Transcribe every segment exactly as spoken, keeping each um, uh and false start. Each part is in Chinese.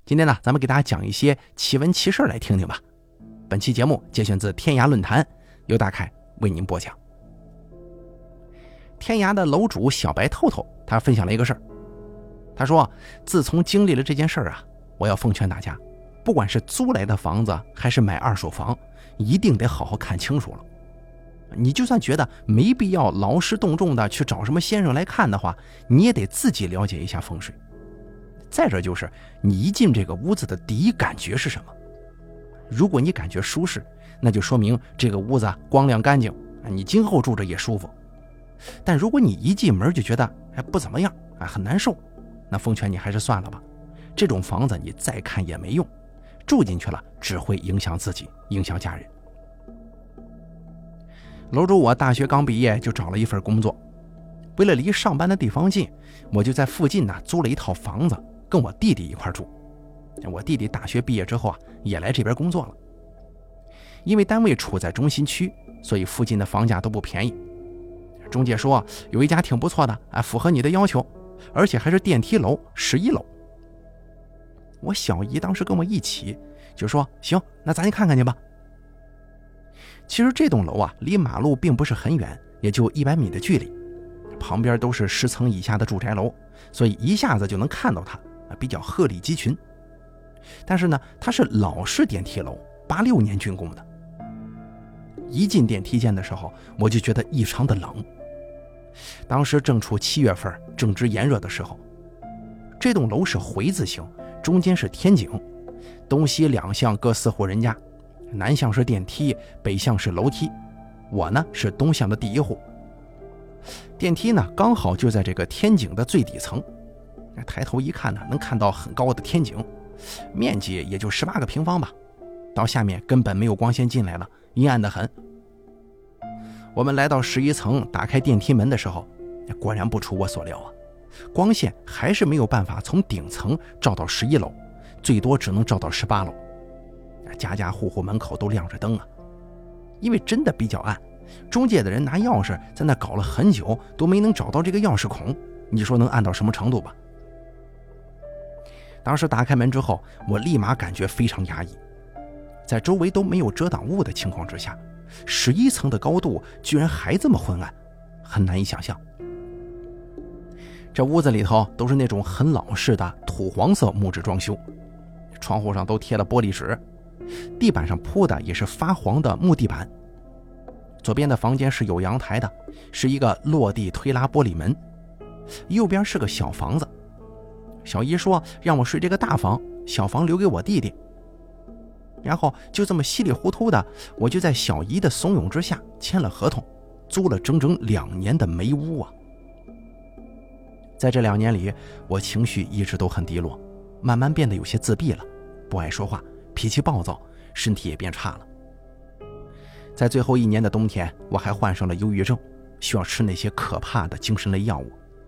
今天呢，咱们给大家讲一些奇闻奇事来听听吧。本期节目节选自天涯论坛，由大凯为您播讲。天涯的楼主小白透透，他分享了一个事儿。他说，自从经历了这件事儿啊，我要奉劝大家，不管是租来的房子还是买二手房，一定得好好看清楚了。你就算觉得没必要劳师动众的去找什么先生来看的话，你也得自己了解一下风水。再者就是你一进这个屋子的第一感觉是什么。如果你感觉舒适，那就说明这个屋子光亮干净，你今后住着也舒服。但如果你一进门就觉得还不怎么样，很难受，那奉劝你还是算了吧。这种房子你再看也没用，住进去了只会影响自己，影响家人。楼主我大学刚毕业就找了一份工作，为了离上班的地方近，我就在附近呢租了一套房子，跟我弟弟一块住。我弟弟大学毕业之后啊，也来这边工作了。因为单位处在中心区，所以附近的房价都不便宜。中介说有一家挺不错的啊，符合你的要求，而且还是电梯楼，十一楼。我小姨当时跟我一起就说，行，那咱去看看去吧。其实这栋楼啊，离马路并不是很远，也就一百米的距离，旁边都是十层以下的住宅楼，所以一下子就能看到它，比较鹤立鸡群。但是呢，它是老式电梯楼，八六年竣工的。一进电梯间的时候，我就觉得异常的冷。当时正处七月份，正值炎热的时候。这栋楼是回字形，中间是天井，东西两向各四户人家，南向是电梯，北向是楼梯。我呢是东向的第一户。电梯呢刚好就在这个天井的最底层，抬头一看呢，能看到很高的天井，面积也就十八个平方吧。到下面根本没有光线进来了，阴暗得很。我们来到十一层，打开电梯门的时候，果然不出我所料啊，光线还是没有办法从顶层照到十一楼，最多只能照到十八楼。家家户户门口都亮着灯啊，因为真的比较暗，中介的人拿钥匙在那搞了很久，都没能找到这个钥匙孔，你说能暗到什么程度吧？当时打开门之后，我立马感觉非常压抑。在周围都没有遮挡物的情况之下，十一层的高度居然还这么昏暗，很难以想象。这屋子里头都是那种很老式的土黄色木质装修，窗户上都贴了玻璃纸，地板上铺的也是发黄的木地板。左边的房间是有阳台的，是一个落地推拉玻璃门，右边是个小房子。小姨说让我睡这个大房，小房留给我弟弟。然后就这么稀里糊涂的，我就在小姨的怂恿之下签了合同，租了整整两年的煤屋啊。在这两年里，我情绪一直都很低落，慢慢变得有些自闭了，不爱说话，脾气暴躁，身体也变差了。在最后一年的冬天，我还患上了忧郁症，需要吃那些可怕的精神类药物。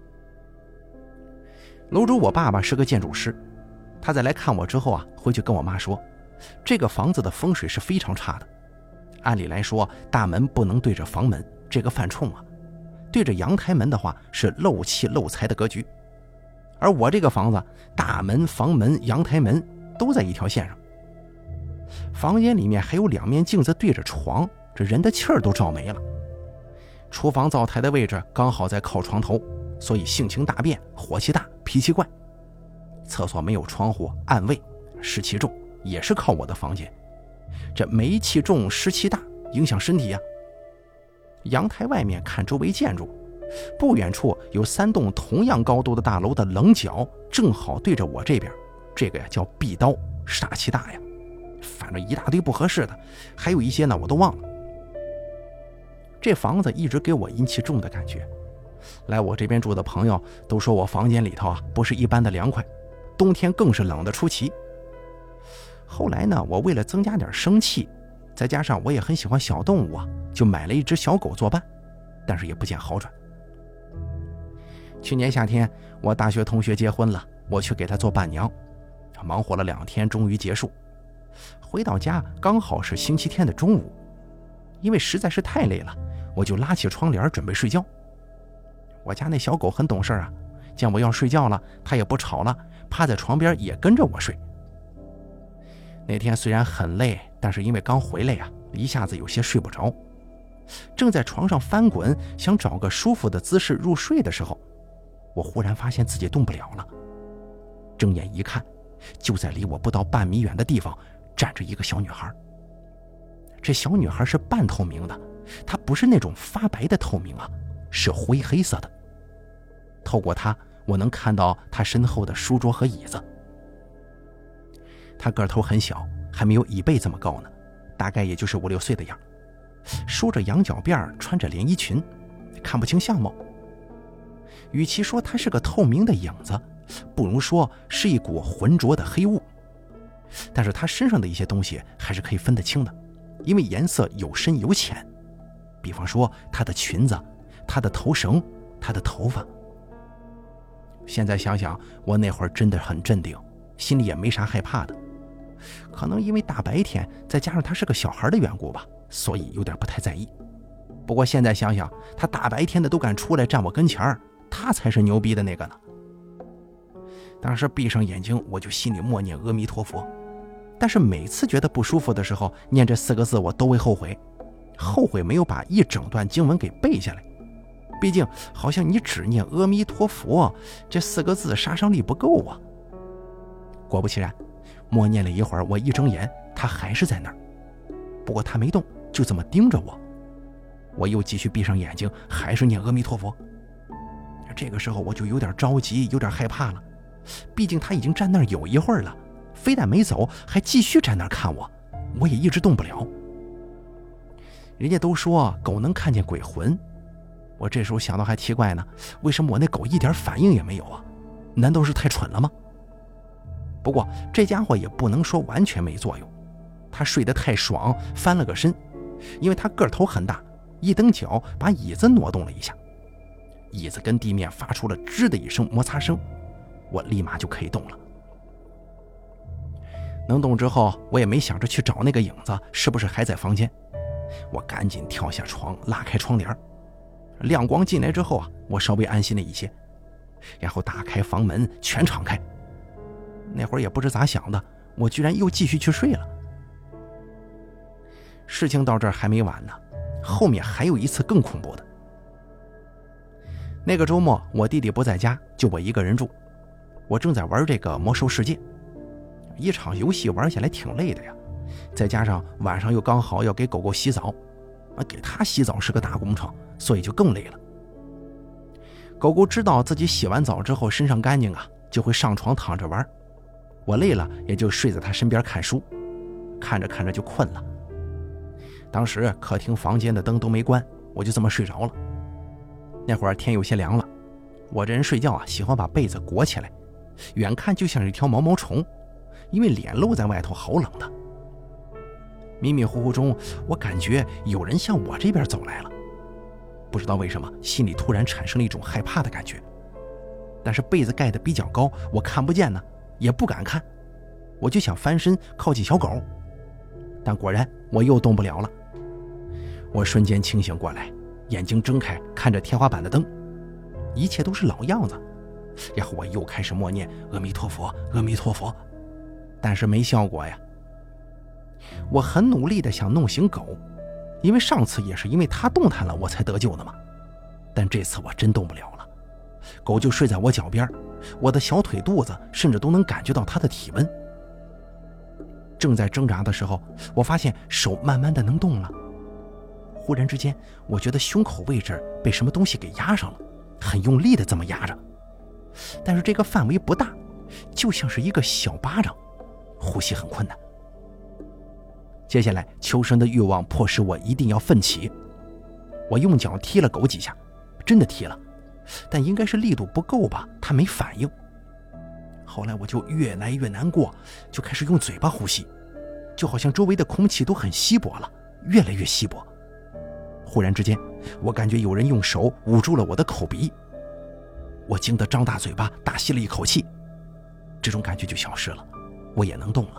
楼主我爸爸是个建筑师，他在来看我之后啊，回去跟我妈说，这个房子的风水是非常差的。按理来说，大门不能对着房门，这个犯冲啊。对着阳台门的话，是漏气漏财的格局。而我这个房子，大门、房门、阳台门都在一条线上。房间里面还有两面镜子对着床，这人的气儿都照没了。厨房灶台的位置刚好在靠床头，所以性情大变，火气大，脾气怪。厕所没有窗户，暗卫，湿气重，也是靠我的房间。这煤气重，湿气大，影响身体呀、啊。阳台外面看周围建筑，不远处有三栋同样高度的大楼的棱角，正好对着我这边，这个呀叫壁刀，煞气大呀。反正一大堆不合适的，还有一些呢我都忘了。这房子一直给我阴气重的感觉，来我这边住的朋友都说我房间里头啊不是一般的凉快，冬天更是冷得出奇。后来呢，我为了增加点生气，再加上我也很喜欢小动物啊，就买了一只小狗作伴，但是也不见好转。去年夏天，我大学同学结婚了，我去给他做伴娘，忙活了两天，终于结束。回到家刚好是星期天的中午，因为实在是太累了，我就拉起窗帘准备睡觉。我家那小狗很懂事啊，见我要睡觉了，它也不吵了，趴在床边也跟着我睡， 那天虽然很累，但是因为刚回来呀，一下子有些睡不着。正在床上翻滚，想找个舒服的姿势入睡的时候，我忽然发现自己动不了了。睁眼一看，就在离我不到半米远的地方站着一个小女孩。这小女孩是半透明的，她不是那种发白的透明啊，是灰黑色的。透过她，我能看到她身后的书桌和椅子。她个头很小，还没有椅背这么高呢，大概也就是五六岁的样，梳着羊角辫，穿着连衣裙，看不清相貌。与其说她是个透明的影子，不如说是一股浑浊的黑雾。但是她身上的一些东西还是可以分得清的，因为颜色有深有浅。比方说她的裙子、她的头绳、她的头发。现在想想，我那会儿真的很镇定，心里也没啥害怕的。可能因为大白天，再加上她是个小孩的缘故吧，所以有点不太在意。不过现在想想，她大白天的都敢出来站我跟前儿，她才是牛逼的那个呢。当时闭上眼睛，我就心里默念阿弥陀佛。但是每次觉得不舒服的时候，念这四个字我都会后悔，后悔没有把一整段经文给背下来。毕竟好像你只念阿弥陀佛这四个字杀伤力不够啊。果不其然，默念了一会儿，我一睁眼，他还是在那儿。不过他没动，就这么盯着我。我又继续闭上眼睛，还是念阿弥陀佛。这个时候我就有点着急，有点害怕了。毕竟他已经站那儿有一会儿了，非但没走，还继续站那儿看我，我也一直动不了。人家都说狗能看见鬼魂，我这时候想到还奇怪呢，为什么我那狗一点反应也没有啊？难道是太蠢了吗？不过这家伙也不能说完全没作用，他睡得太爽，翻了个身，因为他个头很大，一蹬脚把椅子挪动了一下，椅子跟地面发出了吱的一声摩擦声，我立马就可以动了。能动之后，我也没想着去找那个影子是不是还在房间，我赶紧跳下床，拉开窗帘，亮光进来之后啊，我稍微安心了一些，然后打开房门全敞开。那会儿也不知咋想的，我居然又继续去睡了。事情到这儿还没完呢，后面还有一次更恐怖的。那个周末我弟弟不在家，就我一个人住，我正在玩这个魔兽世界，一场游戏玩下来挺累的呀，再加上晚上又刚好要给狗狗洗澡，给它洗澡是个大工程，所以就更累了。狗狗知道自己洗完澡之后身上干净啊，就会上床躺着玩，我累了也就睡在它身边看书，看着看着就困了。当时客厅房间的灯都没关，我就这么睡着了。那会儿天有些凉了，我这人睡觉啊喜欢把被子裹起来，远看就像是一条毛毛虫，因为脸露在外头好冷的。迷迷糊糊中，我感觉有人向我这边走来了，不知道为什么心里突然产生了一种害怕的感觉。但是被子盖得比较高，我看不见呢，也不敢看，我就想翻身靠近小狗，但果然我又动不了了。我瞬间清醒过来，眼睛睁开，看着天花板的灯，一切都是老样子。然后我又开始默念阿弥陀佛阿弥陀佛，但是没效果呀。我很努力地想弄醒狗，因为上次也是因为它动弹了我才得救的嘛，但这次我真动不了了。狗就睡在我脚边，我的小腿肚子甚至都能感觉到它的体温。正在挣扎的时候，我发现手慢慢的能动了。忽然之间，我觉得胸口位置被什么东西给压上了，很用力的这么压着，但是这个范围不大，就像是一个小巴掌，呼吸很困难。接下来求生的欲望迫使我一定要奋起，我用脚踢了狗几下，真的踢了，但应该是力度不够吧，它没反应。后来我就越来越难过，就开始用嘴巴呼吸，就好像周围的空气都很稀薄了，越来越稀薄。忽然之间，我感觉有人用手捂住了我的口鼻，我惊得张大嘴巴大吸了一口气，这种感觉就消失了，我也能动了。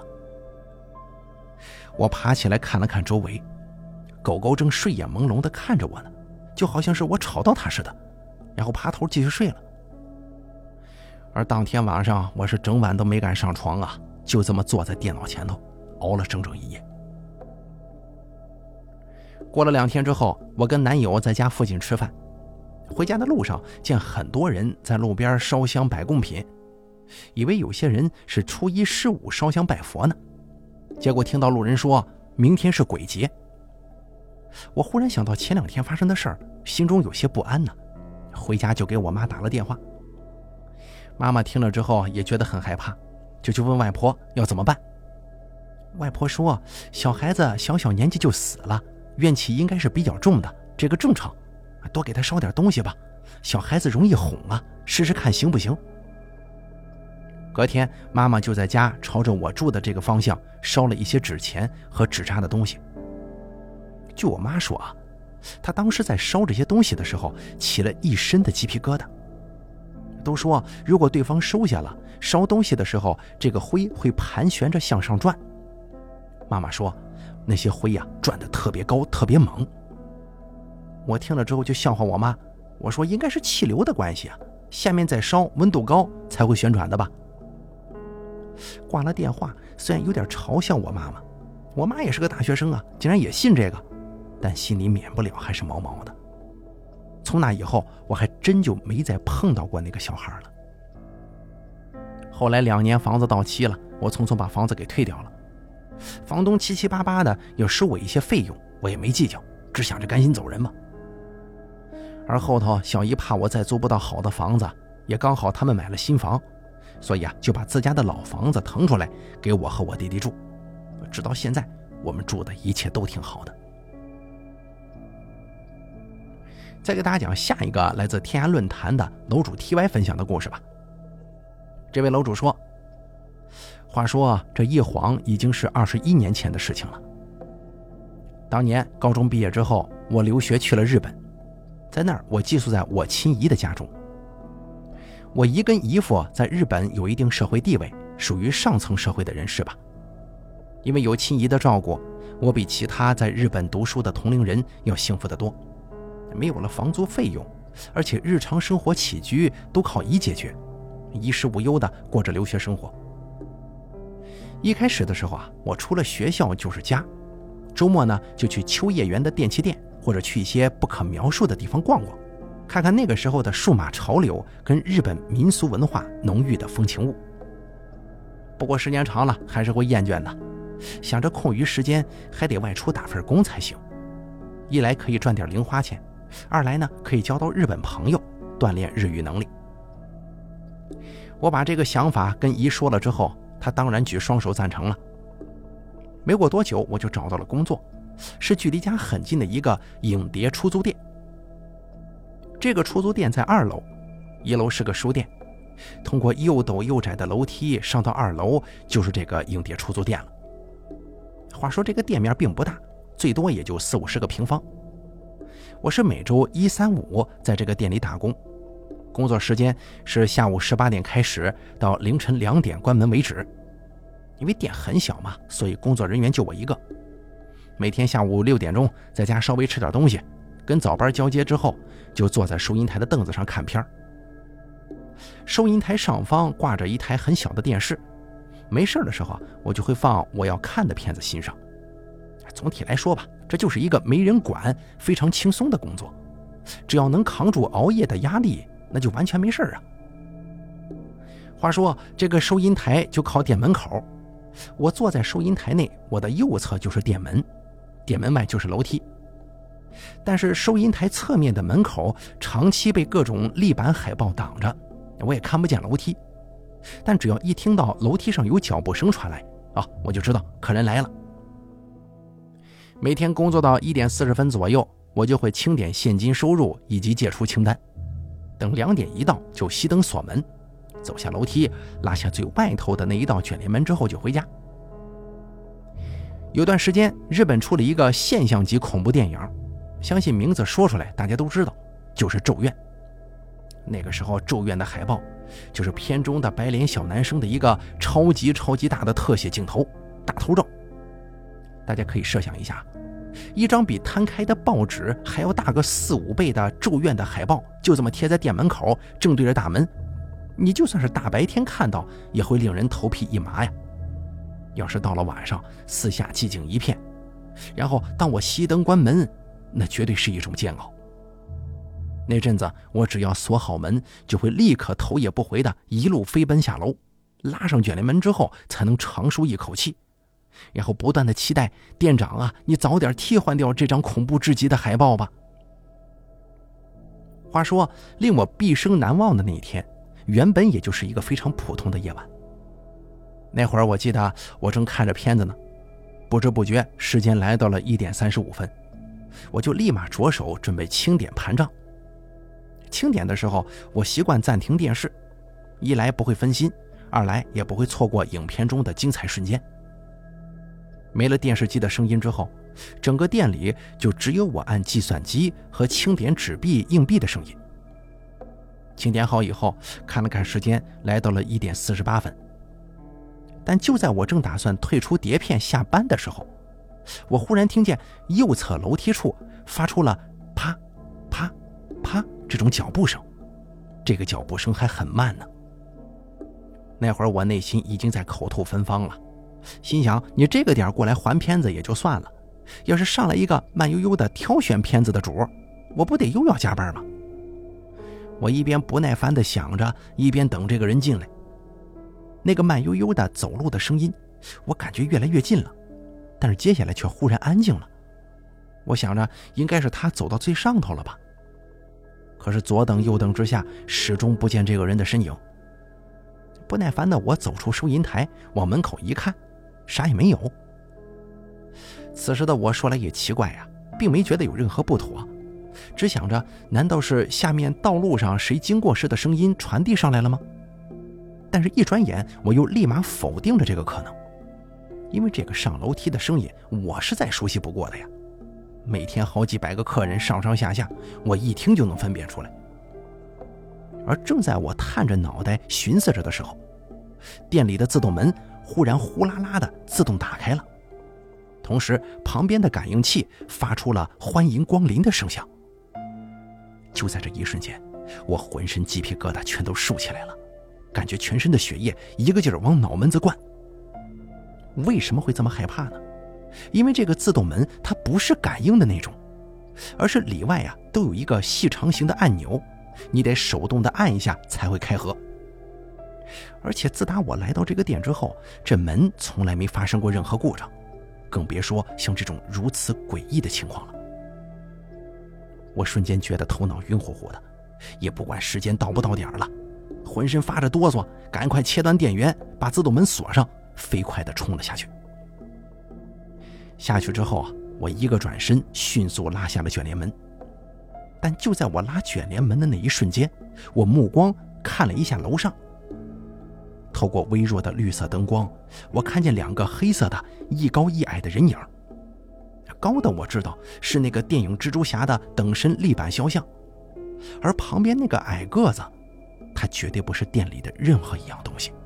我爬起来看了看周围，狗狗正睡眼朦胧地看着我呢，就好像是我吵到它似的，然后爬头继续睡了。而当天晚上我是整晚都没敢上床啊，就这么坐在电脑前头， 熬了整整一夜。过了两天之后，我跟男友在家附近吃饭，回家的路上见很多人在路边烧香摆贡品，以为有些人是初一十五烧香拜佛呢，结果听到路人说明天是鬼节。我忽然想到前两天发生的事儿，心中有些不安呢，回家就给我妈打了电话。妈妈听了之后也觉得很害怕，就去问外婆要怎么办。外婆说小孩子小小年纪就死了，怨气应该是比较重的，这个正常，多给他烧点东西吧，小孩子容易哄啊，试试看行不行。隔天妈妈就在家朝着我住的这个方向烧了一些纸钱和纸扎的东西。据我妈说啊，她当时在烧这些东西的时候起了一身的鸡皮疙瘩。都说如果对方收下了，烧东西的时候这个灰会盘旋着向上转。妈妈说那些灰呀、啊、转得特别高特别猛。我听了之后就笑话我妈，我说应该是气流的关系啊，下面在烧，温度高才会旋转的吧。挂了电话，虽然有点嘲笑我妈妈，我妈也是个大学生啊，竟然也信这个，但心里免不了还是毛毛的。从那以后我还真就没再碰到过那个小孩了。后来两年房子到期了，我匆匆把房子给退掉了，房东七七八八的要收我一些费用，我也没计较，只想着赶紧走人嘛。而后头小姨怕我再租不到好的房子，也刚好他们买了新房，所以啊就把自家的老房子腾出来给我和我弟弟住，直到现在我们住的一切都挺好的。再给大家讲下一个来自天涯论坛的楼主 T Y 分享的故事吧。这位楼主说，话说这一晃已经是二十一年前的事情了。当年高中毕业之后，我留学去了日本，在那儿我寄宿在我亲姨的家中。我姨跟姨父在日本有一定社会地位，属于上层社会的人士吧。因为有亲姨的照顾，我比其他在日本读书的同龄人要幸福得多，没有了房租费用，而且日常生活起居都靠姨解决，衣食无忧的过着留学生活。一开始的时候啊，我除了学校就是家，周末呢就去秋叶原的电器店，或者去一些不可描述的地方逛逛，看看那个时候的数码潮流跟日本民俗文化浓郁的风情物。不过时间长了还是会厌倦的，想着空余时间还得外出打份工才行，一来可以赚点零花钱，二来呢可以交到日本朋友，锻炼日语能力。我把这个想法跟姨说了之后，她当然举双手赞成了。没过多久我就找到了工作，是距离家很近的一个影碟出租店。这个出租店在二楼，一楼是个书店，通过又陡又窄的楼梯上到二楼就是这个影碟出租店了。话说这个店面并不大，最多也就四五十个平方。我是每周一三五在这个店里打工，工作时间是下午十八点开始到凌晨两点关门为止。因为店很小嘛，所以工作人员就我一个。每天下午六点钟在家稍微吃点东西，跟早班交接之后就坐在收银台的凳子上看片。收银台上方挂着一台很小的电视，没事的时候我就会放我要看的片子欣赏。总体来说吧，这就是一个没人管非常轻松的工作，只要能扛住熬夜的压力，那就完全没事啊。话说这个收银台就靠店门口，我坐在收银台内，我的右侧就是店门，店门外就是楼梯。但是收银台侧面的门口长期被各种立板海报挡着，我也看不见楼梯。但只要一听到楼梯上有脚步声传来啊，我就知道客人来了。每天工作到一点四十分左右，我就会清点现金收入以及借出清单。等两点一到就熄灯锁门，走下楼梯，拉下最外头的那一道卷帘门之后就回家。有段时间日本出了一个现象级恐怖电影，相信名字说出来大家都知道，就是咒怨。那个时候咒怨的海报就是片中的白脸小男生的一个超级超级大的特写镜头，大头照。大家可以设想一下，一张比摊开的报纸还要大个四五倍的咒怨的海报，就这么贴在店门口，正对着大门，你就算是大白天看到也会令人头皮一麻呀。 要是到了晚上，四下寂静一片，然后当我熄灯关门，那绝对是一种煎熬。那阵子我只要锁好门，就会立刻头也不回的一路飞奔下楼，拉上卷帘门之后才能长舒一口气，然后不断的期待店长啊，你早点替换掉这张恐怖至极的海报吧。话说令我毕生难忘的那一天，原本也就是一个非常普通的夜晚。那会儿我记得我正看着片子呢，不知不觉时间来到了一点三十五分，我就立马着手准备清点盘账。清点的时候，我习惯暂停电视，一来不会分心，二来也不会错过影片中的精彩瞬间。没了电视机的声音之后，整个店里就只有我按计算机和清点纸币硬币的声音。清点好以后，看了看时间，来到了一点四十八分。但就在我正打算退出碟片下班的时候，我忽然听见右侧楼梯处发出了啪啪啪这种脚步声，这个脚步声还很慢呢。那会儿我内心已经在口吐芬芳了，心想你这个点过来还片子也就算了，要是上来一个慢悠悠的挑选片子的主，我不得又要加班吗？我一边不耐烦地想着，一边等这个人进来。那个慢悠悠的走路的声音，我感觉越来越近了，但是接下来却忽然安静了。我想着应该是他走到最上头了吧，可是左等右等之下，始终不见这个人的身影。不耐烦的我走出收银台，往门口一看，啥也没有。此时的我说来也奇怪呀、啊，并没觉得有任何不妥，只想着难道是下面道路上谁经过时的声音传递上来了吗？但是一转眼我又立马否定了这个可能，因为这个上楼梯的声音我是再熟悉不过的呀，每天好几百个客人上上下下，我一听就能分辨出来。而正在我探着脑袋寻思着的时候，店里的自动门忽然呼啦啦的自动打开了，同时旁边的感应器发出了欢迎光临的声响。就在这一瞬间，我浑身鸡皮疙瘩全都竖起来了，感觉全身的血液一个劲儿往脑门子灌。为什么会这么害怕呢？因为这个自动门它不是感应的那种，而是里外啊都有一个细长形的按钮，你得手动的按一下才会开合。而且自打我来到这个店之后，这门从来没发生过任何故障，更别说像这种如此诡异的情况了。我瞬间觉得头脑晕乎乎的，也不管时间到不到点了，浑身发着哆嗦，赶快切断电源，把自动门锁上，飞快地冲了下去。下去之后啊，我一个转身，迅速拉下了卷帘门。但就在我拉卷帘门的那一瞬间，我目光看了一下楼上，透过微弱的绿色灯光，我看见两个黑色的一高一矮的人影。高的我知道是那个电影蜘蛛侠的等身立板肖像，而旁边那个矮个子，他绝对不是店里的任何一样东西。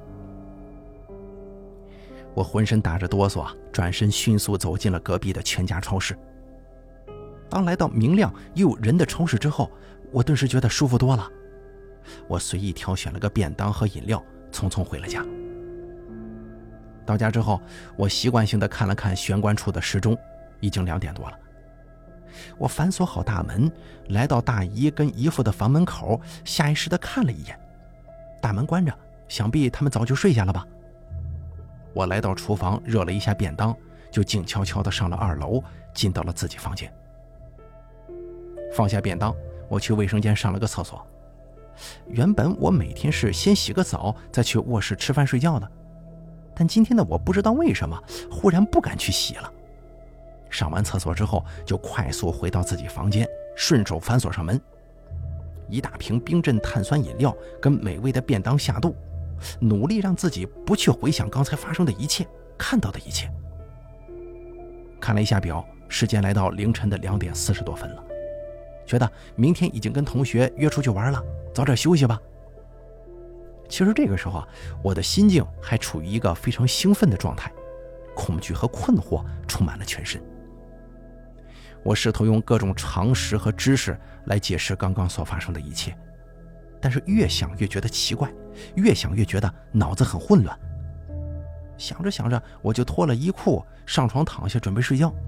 我浑身打着哆嗦啊，转身迅速走进了隔壁的全家超市。当来到明亮又有人的超市之后，我顿时觉得舒服多了。我随意挑选了个便当和饮料，匆匆回了家。到家之后，我习惯性地看了看玄关处的时钟，已经两点多了。我反锁好大门，来到大姨跟姨父的房门口，下意识地看了一眼，大门关着，想必他们早就睡下了吧。我来到厨房热了一下便当，就静悄悄地上了二楼，进到了自己房间。放下便当，我去卫生间上了个厕所。原本我每天是先洗个澡再去卧室吃饭睡觉的，但今天的我不知道为什么忽然不敢去洗了。上完厕所之后，就快速回到自己房间，顺手反锁上门，一大瓶冰镇碳酸饮料跟美味的便当下肚，努力让自己不去回想刚才发生的一切，看到的一切。看了一下表，时间来到凌晨的两点四十多分了，觉得明天已经跟同学约出去玩了，早点休息吧。其实这个时候啊，我的心境还处于一个非常兴奋的状态，恐惧和困惑充满了全身。我试图用各种常识和知识来解释刚刚所发生的一切，但是越想越觉得奇怪，越想越觉得脑子很混乱。 想着想着，我就脱了衣裤上床躺下准备睡觉。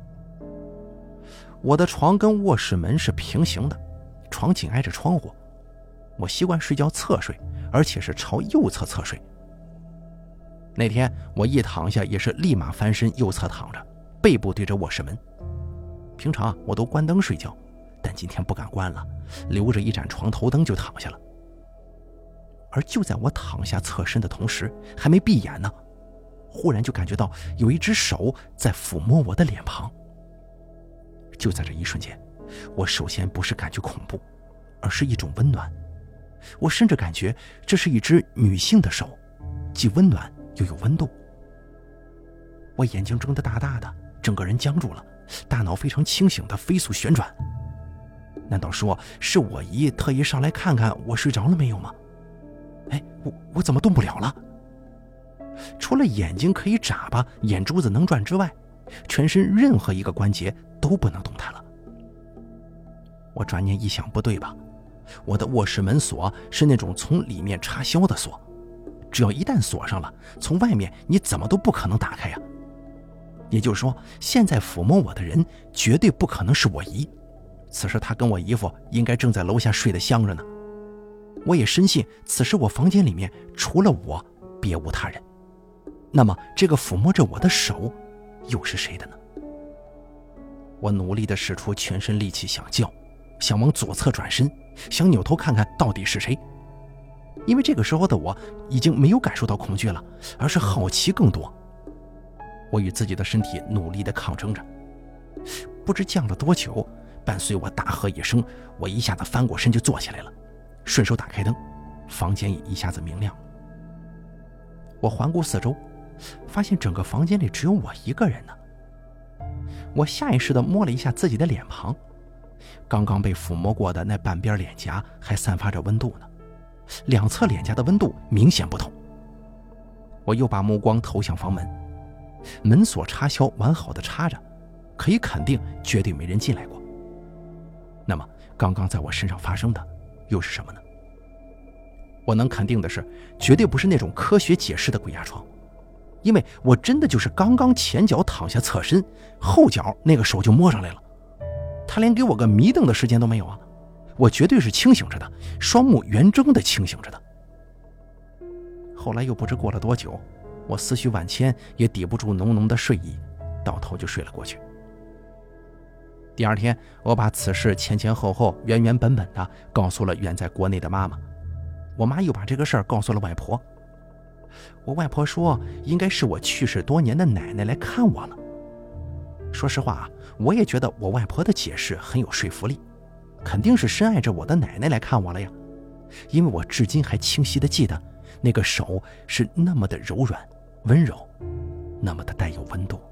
我的床跟卧室门是平行的，床紧挨着窗户，我习惯睡觉侧睡，而且是朝右侧侧睡。那天我一躺下也是立马翻身右侧躺着，背部对着卧室门。平常我都关灯睡觉，但今天不敢关了，留着一盏床头灯就躺下了。而就在我躺下侧身的同时，还没闭眼呢，忽然就感觉到有一只手在抚摸我的脸庞。就在这一瞬间，我首先不是感觉恐怖，而是一种温暖。我甚至感觉这是一只女性的手，既温暖又有温度。我眼睛睁得大大的，整个人僵住了，大脑非常清醒地飞速旋转。难道说是我姨特意上来看看我睡着了没有吗？哎，我我怎么动不了了？除了眼睛可以眨巴，眼珠子能转之外，全身任何一个关节都不能动弹了。我转念一想，不对吧？我的卧室门锁是那种从里面插销的锁，只要一旦锁上了，从外面你怎么都不可能打开呀。也就是说，现在抚摸我的人绝对不可能是我姨，此时她跟我姨夫应该正在楼下睡得香着呢。我也深信此时我房间里面除了我别无他人，那么这个抚摸着我的手又是谁的呢？我努力地使出全身力气想叫，想往左侧转身，想扭头看看到底是谁。因为这个时候的我已经没有感受到恐惧了，而是好奇更多。我与自己的身体努力地抗争着，不知降了多久，伴随我大喝一声，我一下子翻过身就坐起来了，顺手打开灯，房间也一下子明亮。我环顾四周，发现整个房间里只有我一个人呢。我下意识地摸了一下自己的脸庞，刚刚被抚摸过的那半边脸颊还散发着温度呢，两侧脸颊的温度明显不同。我又把目光投向房门，门锁插销完好的插着，可以肯定绝对没人进来过。那么刚刚在我身上发生的又是什么呢？我能肯定的是，绝对不是那种科学解释的鬼压床，因为我真的就是刚刚前脚躺下侧身，后脚那个手就摸上来了，他连给我个迷瞪的时间都没有啊！我绝对是清醒着的，双目圆睁的清醒着的。后来又不知过了多久，我思绪万千，也抵不住浓浓的睡意，倒头就睡了过去。第二天，我把此事前前后后原原本本的告诉了远在国内的妈妈，我妈又把这个事儿告诉了外婆。我外婆说应该是我去世多年的奶奶来看我了。说实话啊，我也觉得我外婆的解释很有说服力，肯定是深爱着我的奶奶来看我了呀，因为我至今还清晰地记得那个手是那么的柔软温柔，那么的带有温度。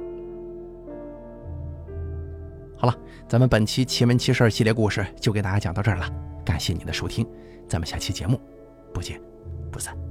好了，咱们本期奇闻奇事系列故事就给大家讲到这儿了，感谢你的收听，咱们下期节目不见不散。